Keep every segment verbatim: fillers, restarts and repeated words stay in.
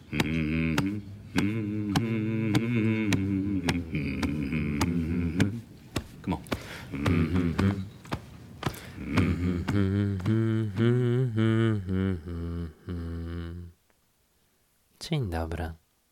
Come on. Dzień dobry.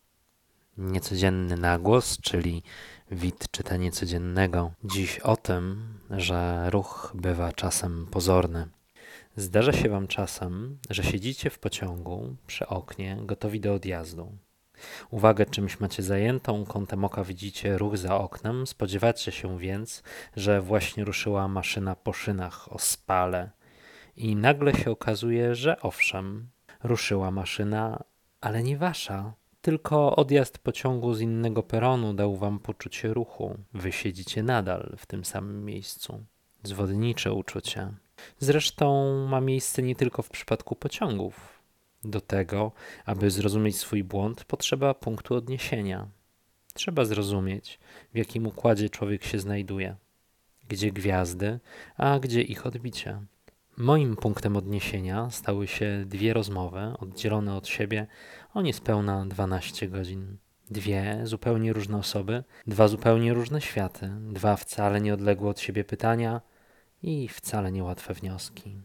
Niecodzienny nagłos, czyli wid czytania codziennego. Dziś o tym, że ruch bywa czasem pozorny. Zdarza się wam czasem, że siedzicie w pociągu przy oknie, gotowi do odjazdu. Uwagę czymś macie zajętą, kątem oka widzicie ruch za oknem, spodziewacie się więc, że właśnie ruszyła maszyna po szynach o spale. I nagle się okazuje, że owszem, ruszyła maszyna, ale nie wasza. Tylko odjazd pociągu z innego peronu dał wam poczucie ruchu. Wy siedzicie nadal w tym samym miejscu. Zwodnicze uczucie. Zresztą ma miejsce nie tylko w przypadku pociągów. Do tego, aby zrozumieć swój błąd, potrzeba punktu odniesienia. Trzeba zrozumieć, w jakim układzie człowiek się znajduje. Gdzie gwiazdy, a gdzie ich odbicie. Moim punktem odniesienia stały się dwie rozmowy, oddzielone od siebie o niespełna dwanaście godzin. Dwie zupełnie różne osoby, dwa zupełnie różne światy, dwa wcale nieodległe od siebie pytania i wcale niełatwe wnioski.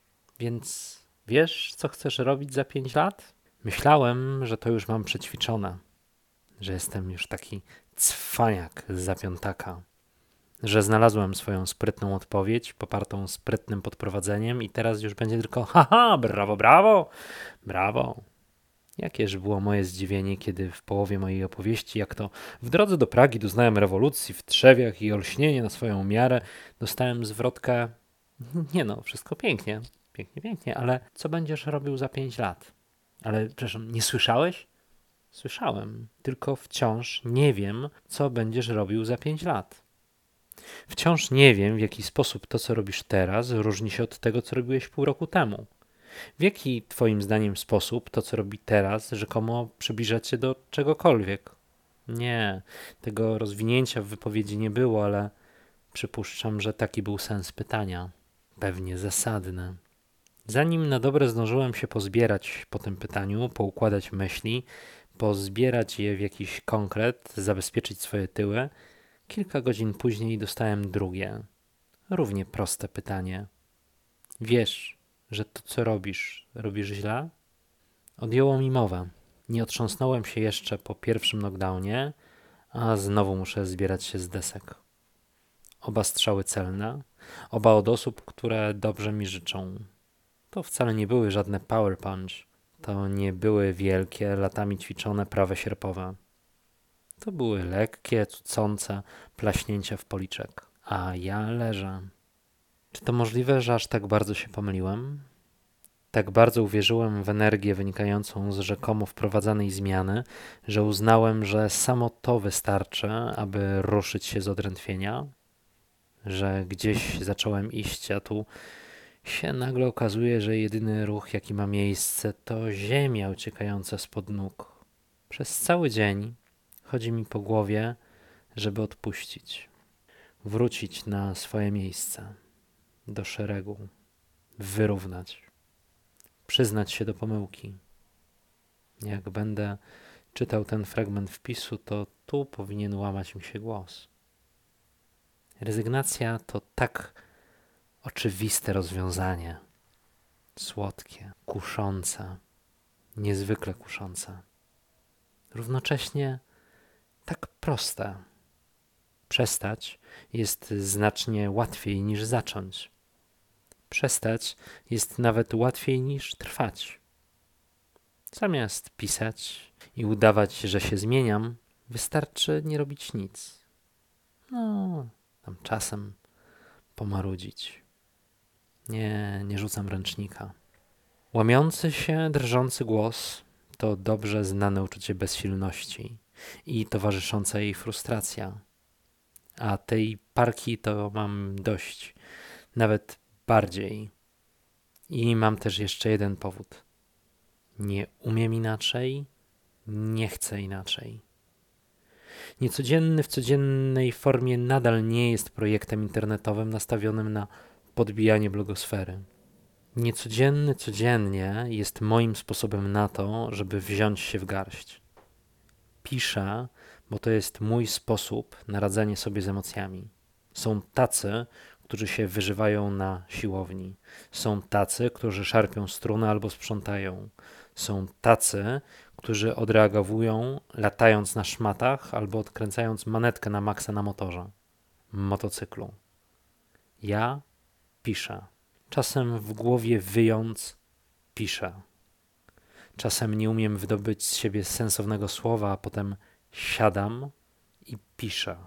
Więc wiesz, co chcesz robić za pięć lat? Myślałem, że to już mam przećwiczone, że jestem już taki cwaniak zza piątaka, że znalazłem swoją sprytną odpowiedź, popartą sprytnym podprowadzeniem i teraz już będzie tylko haha, brawo, brawo, brawo. Jakież było moje zdziwienie, kiedy w połowie mojej opowieści, jak to w drodze do Pragi doznałem rewolucji w trzewiach i olśnienie na swoją miarę, dostałem zwrotkę, nie no, wszystko pięknie, pięknie, pięknie, ale co będziesz robił za pięć lat? Ale przepraszam, nie słyszałeś? Słyszałem, tylko wciąż nie wiem, co będziesz robił za pięć lat. Wciąż nie wiem, w jaki sposób to, co robisz teraz, różni się od tego, co robiłeś pół roku temu. W jaki twoim zdaniem sposób to, co robi teraz, rzekomo przybliża cię do czegokolwiek? Nie, tego rozwinięcia w wypowiedzi nie było, ale przypuszczam, że taki był sens pytania. Pewnie zasadny. Zanim na dobre zdążyłem się pozbierać po tym pytaniu, poukładać myśli, pozbierać je w jakiś konkret, zabezpieczyć swoje tyły, kilka godzin później dostałem drugie, równie proste pytanie. Wiesz, że to, co robisz, robisz źle? Odjęło mi mowę. Nie otrząsnąłem się jeszcze po pierwszym knockdownie, a znowu muszę zbierać się z desek. Oba strzały celne, oba od osób, które dobrze mi życzą. To wcale nie były żadne power punch. To nie były wielkie, latami ćwiczone prawe sierpowe. To były lekkie, cucące plaśnięcia w policzek. A ja leżę. Czy to możliwe, że aż tak bardzo się pomyliłem? Tak bardzo uwierzyłem w energię wynikającą z rzekomo wprowadzanej zmiany, że uznałem, że samo to wystarczy, aby ruszyć się z odrętwienia? Że gdzieś zacząłem iść, a tu się nagle okazuje, że jedyny ruch, jaki ma miejsce, to ziemia uciekająca spod nóg. Przez cały dzień chodzi mi po głowie, żeby odpuścić, wrócić na swoje miejsce, do szeregu, wyrównać, przyznać się do pomyłki. Jak będę czytał ten fragment wpisu, to tu powinien łamać mi się głos. Rezygnacja to tak oczywiste rozwiązanie, słodkie, kuszące, niezwykle kuszące. Równocześnie tak proste. Przestać jest znacznie łatwiej niż zacząć. Przestać jest nawet łatwiej niż trwać. Zamiast pisać i udawać, że się zmieniam, wystarczy nie robić nic. No, tam czasem pomarudzić. Nie, nie rzucam ręcznika. Łamiący się, drżący głos to dobrze znane uczucie bezsilności i towarzysząca jej frustracja. A tej parki to mam dość, nawet bardziej. I mam też jeszcze jeden powód. Nie umiem inaczej, nie chcę inaczej. Niecodzienny w codziennej formie nadal nie jest projektem internetowym nastawionym na podbijanie blogosfery. Niecodzienny codziennie jest moim sposobem na to, żeby wziąć się w garść. Piszę, bo to jest mój sposób na radzenie sobie z emocjami. Są tacy, którzy się wyżywają na siłowni. Są tacy, którzy szarpią struny albo sprzątają. Są tacy, którzy odreagowują latając na szmatach albo odkręcając manetkę na maksa na motorze, motocyklu. Ja piszę. Czasem w głowie wyjąc, piszę. Czasem nie umiem wydobyć z siebie sensownego słowa, a potem siadam i piszę,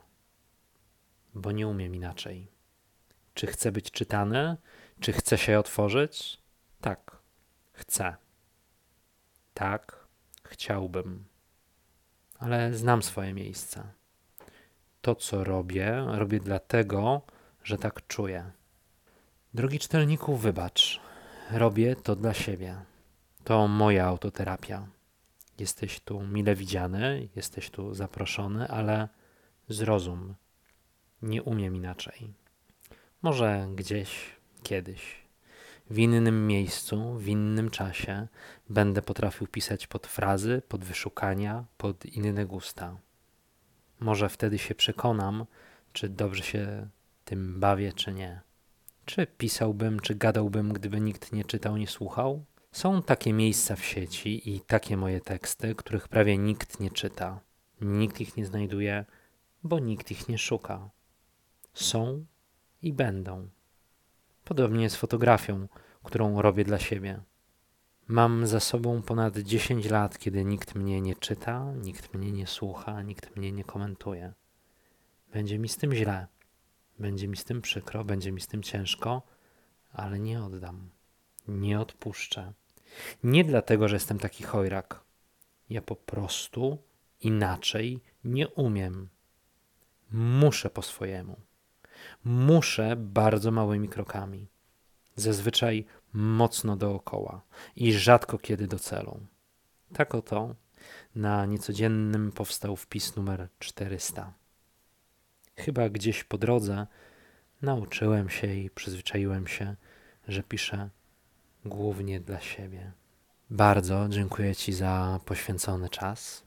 bo nie umiem inaczej. Czy chcę być czytany? Czy chcę się otworzyć? Tak, chcę. Tak, chciałbym. Ale znam swoje miejsce. To, co robię, robię dlatego, że tak czuję. Drogi czytelniku, wybacz. Robię to dla siebie. To moja autoterapia. Jesteś tu mile widziany, jesteś tu zaproszony, ale zrozum. Nie umiem inaczej. Może gdzieś, kiedyś, w innym miejscu, w innym czasie będę potrafił pisać pod frazy, pod wyszukania, pod inne gusta. Może wtedy się przekonam, czy dobrze się tym bawię, czy nie. Czy pisałbym, czy gadałbym, gdyby nikt nie czytał, nie słuchał? Są takie miejsca w sieci i takie moje teksty, których prawie nikt nie czyta. Nikt ich nie znajduje, bo nikt ich nie szuka. Są i będą. Podobnie z fotografią, którą robię dla siebie. Mam za sobą ponad dziesięć lat, kiedy nikt mnie nie czyta, nikt mnie nie słucha, nikt mnie nie komentuje. Będzie mi z tym źle, będzie mi z tym przykro, będzie mi z tym ciężko, ale nie oddam, nie odpuszczę. Nie dlatego, że jestem taki chojrak. Ja po prostu inaczej nie umiem. Muszę po swojemu. Muszę bardzo małymi krokami. Zazwyczaj mocno dookoła i rzadko kiedy do celu. Tak oto na niecodziennym powstał wpis numer czterysta. Chyba gdzieś po drodze nauczyłem się i przyzwyczaiłem się, że piszę głównie dla siebie. Bardzo dziękuję Ci za poświęcony czas.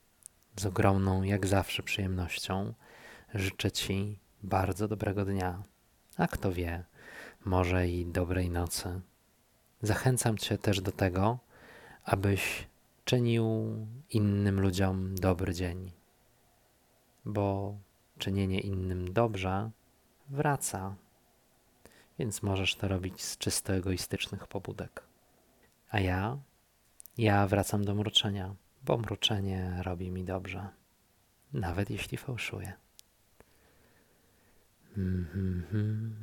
Z ogromną, jak zawsze, przyjemnością życzę Ci bardzo dobrego dnia, a kto wie, może i dobrej nocy. Zachęcam Cię też do tego, abyś czynił innym ludziom dobry dzień, bo czynienie innym dobrze wraca, więc możesz to robić z czysto egoistycznych pobudek. A ja, ja wracam do mruczenia, bo mruczenie robi mi dobrze, nawet jeśli fałszuję. Mm-hmm.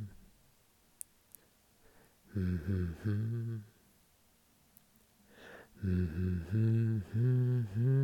Mm-hmm. Mm-hmm.